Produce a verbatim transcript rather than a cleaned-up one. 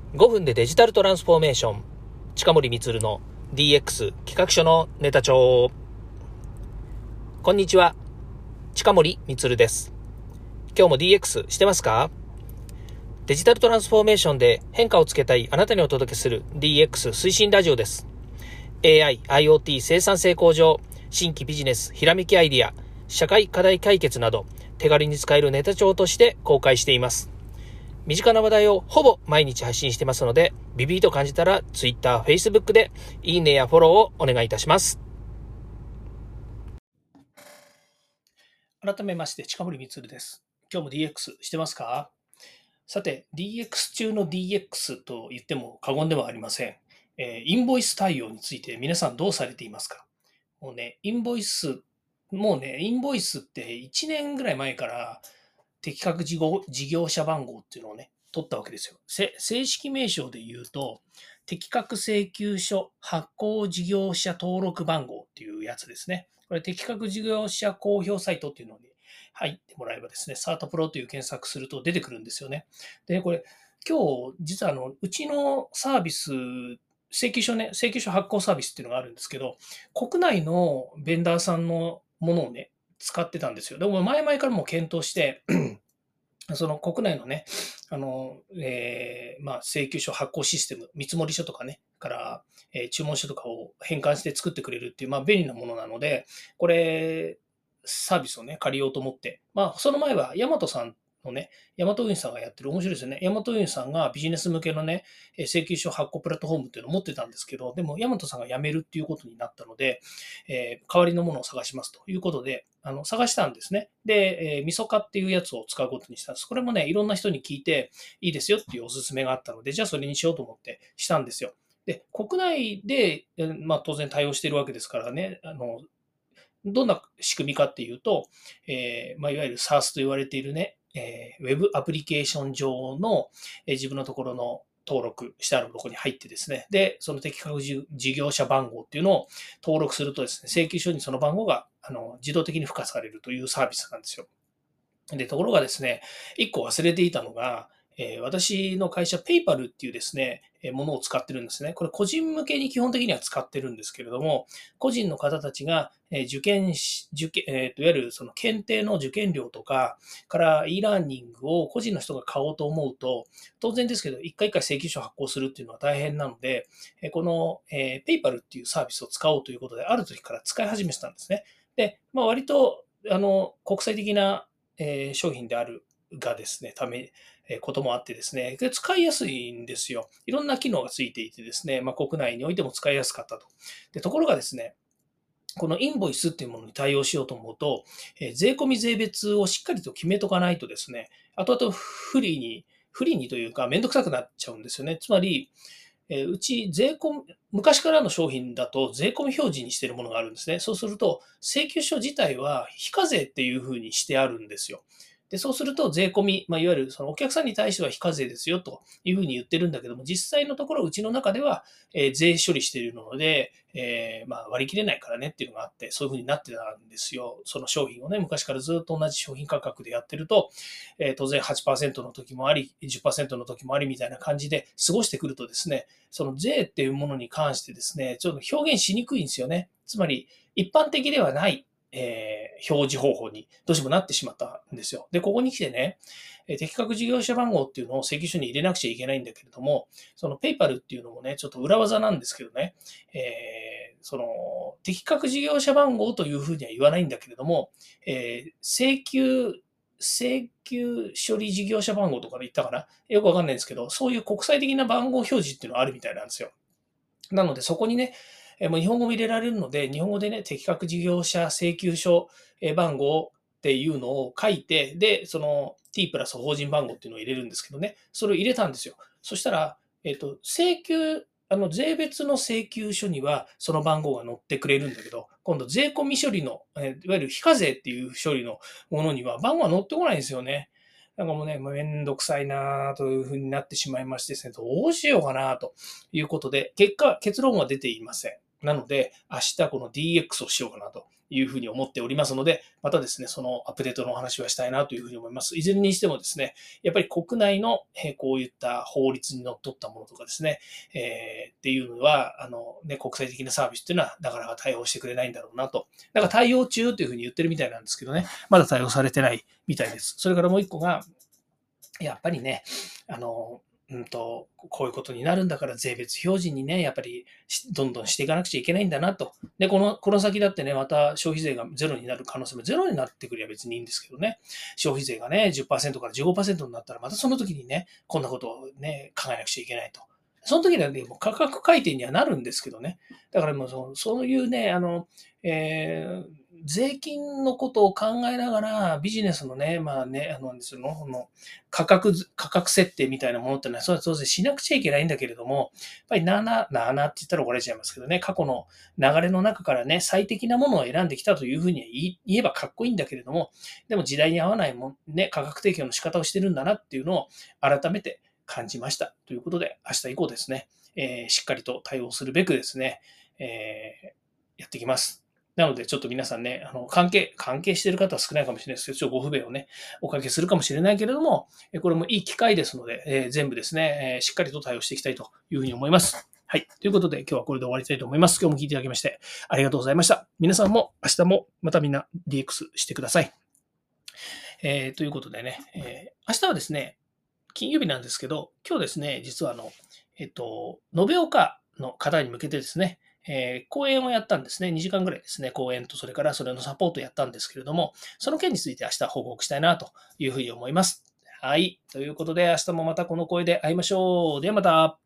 ごふんでデジタルトランスフォーメーション、近森光の ディーエックス 企画書のネタ帳。こんにちは、近森光です。今日も ディーエックス してますか？デジタルトランスフォーメーションで変化をつけたいあなたにお届けする ディーエックス 推進ラジオです。エーアイ、アイオーティー 生産性向上、新規ビジネス、ひらめきアイディア、社会課題解決など手軽に使えるネタ帳として公開しています。身近な話題をほぼ毎日配信してますので、ビビーと感じたら Twitter、Facebook でいいねやフォローをお願いいたします。改めまして、近森光です。今日も ディーエックス してますか？さて、ディーエックス 中の ディーエックス と言っても過言ではありません。えーインボイス対応について皆さんどうされていますか？もうね、インボイス、もうね、インボイスっていちねんぐらい前から適格事業事業者番号っていうのをね、取ったわけですよ。せ正式名称で言うと、適格請求書発行事業者登録番号っていうやつですね。これ、適格事業者公表サイトっていうのに入ってもらえばですね、サートプロという検索すると出てくるんですよね。で、これ、今日、実はあの、うちのサービス、請求書ね、請求書発行サービスっていうのがあるんですけど、国内のベンダーさんのものをね、使ってたんですよ。でも前々からもう検討して、その国内のね、あの、えーまあ、請求書発行システム、見積書とかね、から、えー注文書とかを変換して作ってくれるっていう、まあ、便利なものなので、これ、サービスをね、借りようと思って、まあ、その前は、ヤマトさんのね、ヤマト運輸さんがやってる、面白いですよね。ヤマト運輸さんがビジネス向けのね、えー請求書発行プラットフォームっていうのを持ってたんですけど、でも、ヤマトさんが辞めるっていうことになったので、えー代わりのものを探しますということで、あの探したんですね。で、えー、みそかっていうやつを使うことにしたんです。これもね、いろんな人に聞いていいですよっていうおすすめがあったので、じゃあそれにしようと思ってしたんですよ。で、国内で、えーまあ、当然対応しているわけですからね、あのどんな仕組みかっていうと、えーまあ、いわゆる サース と言われているね、えーウェブアプリケーション上の、えー自分のところの登録してあるところに入ってですね、で、その適格事業者番号っていうのを登録するとですね、請求書にその番号があの自動的に付加されるというサービスなんですよ。で、ところがですね、一個忘れていたのが、えー私の会社、ペイパルっていうですね、えーものを使ってるんですね。これ個人向けに基本的には使ってるんですけれども、個人の方たちが、えー受験し、受験、えーと、いわゆるその検定の受験料とか、から e ラーニングを個人の人が買おうと思うと、当然ですけど、一回一回請求書を発行するっていうのは大変なので、えーこの、えー、ペイパルっていうサービスを使おうということで、ある時から使い始めてたんですね。で、まあ割と、あの、国際的なえー商品であるがですね、ため、えーこともあってですね、で使いやすいんですよ。いろんな機能がついていてですね、まあ、国内においても使いやすかったと。でところがですね、このインボイスっていうものに対応しようと思うと、えー税込み税別をしっかりと決めとかないとですね、後々不利に、不利にというか、めんどくさくなっちゃうんですよね。つまり、えーうち税込み、昔からの商品だと税込み表示にしているものがあるんですね。そうすると、請求書自体は非課税っていうふうにしてあるんですよ。で、そうすると税込み、まあ、いわゆるそのお客さんに対しては非課税ですよというふうに言ってるんだけども、実際のところうちの中では、えー税処理しているので、えーまあ、割り切れないからねっていうのがあって、そういうふうになってたんですよ。その商品をね、昔からずっと同じ商品価格でやってると、えー当然はちパーセントの時もあり、じゅっパーセントの時もありみたいな感じで過ごしてくるとですね、その税っていうものに関してですね、ちょっと表現しにくいんですよね。つまり、一般的ではない、えー表示方法にどうしてもなってしまったんですよ。で、ここに来てね、え適格事業者番号っていうのを請求書に入れなくちゃいけないんだけれども、そのペイパルっていうのもね、ちょっと裏技なんですけどね、えーその適格事業者番号というふうには言わないんだけれども、えー請求請求処理事業者番号とかで言ったかなよくわかんないんですけど、そういう国際的な番号表示っていうのはあるみたいなんですよ。なので、そこにね、えもう日本語も入れられるので、日本語でね、適格事業者請求書番号っていうのを書いて、で、その T プラス法人番号っていうのを入れるんですけどね、それを入れたんですよ。そしたら、えっと、請求、あの、税別の請求書にはその番号が載ってくれるんだけど、今度税込み処理の、えいわゆる非課税っていう処理のものには番号が載ってこないんですよね。なんかもうね、めんどくさいなというふうになってしまいましてですね、どうしようかなということで、結果、結論は出ていません。 なので、明日この ディーエックス をしようかなというふうに思っておりますので、またですね、そのアップデートのお話はしたいなというふうに思います。いずれにしてもですね、やっぱり国内のえーこういった法律にのっとったものとかですね、えーっていうのは、あのね、国際的なサービスっていうのはなかなか対応してくれないんだろうなと。だから対応中というふうに言ってるみたいなんですけどね、まだ対応されてないみたいです。それからもう一個が、やっぱりね、あの、うんと、こういうことになるんだから税別表示にね、やっぱりどんどんしていかなくちゃいけないんだなと。で、この、この先だってね、また消費税がゼロになる可能性もゼロになってくれば別にいいんですけどね、消費税がね、じゅっパーセントからじゅうごパーセントになったら、またその時にね、こんなことをね、考えなくちゃいけないと。その時にはね、もう価格改定にはなるんですけどね。だからもうそそういうね、あの、えー税金のことを考えながら、ビジネスのね、まあね、あの、ですの、この価格ず、価格設定みたいなものってのは、それは当然しなくちゃいけないんだけれども、やっぱりなな、ななって言ったら怒られちゃいますけどね、過去の流れの中からね、最適なものを選んできたというふうに言い言えばかっこいいんだけれども、でも時代に合わないもん、ね、価格提供の仕方をしてるんだなっていうのを改めて感じました。ということで、明日以降ですね、えーしっかりと対応するべくですね、えーやっていきます。なので、ちょっと皆さんね、あの関係、関係している方は少ないかもしれないですけど、ちょっとご不便をね、おかけするかもしれないけれども、これもいい機会ですので、えー全部ですね、えーしっかりと対応していきたいというふうに思います。はい。ということで、今日はこれで終わりたいと思います。今日も聞いていただきまして、ありがとうございました。皆さんも明日もまたみんな ディーエックス してください。えーということでね、えー明日はですね、金曜日なんですけど、今日ですね、実はあの、えっと、延岡の方に向けてですね、えー講演をやったんですね。にじかんぐらいですね、講演と、それからそれのサポートをやったんですけれども、その件について明日報告したいなというふうに思います。はい。ということで、明日もまたこの声で会いましょう。ではまた。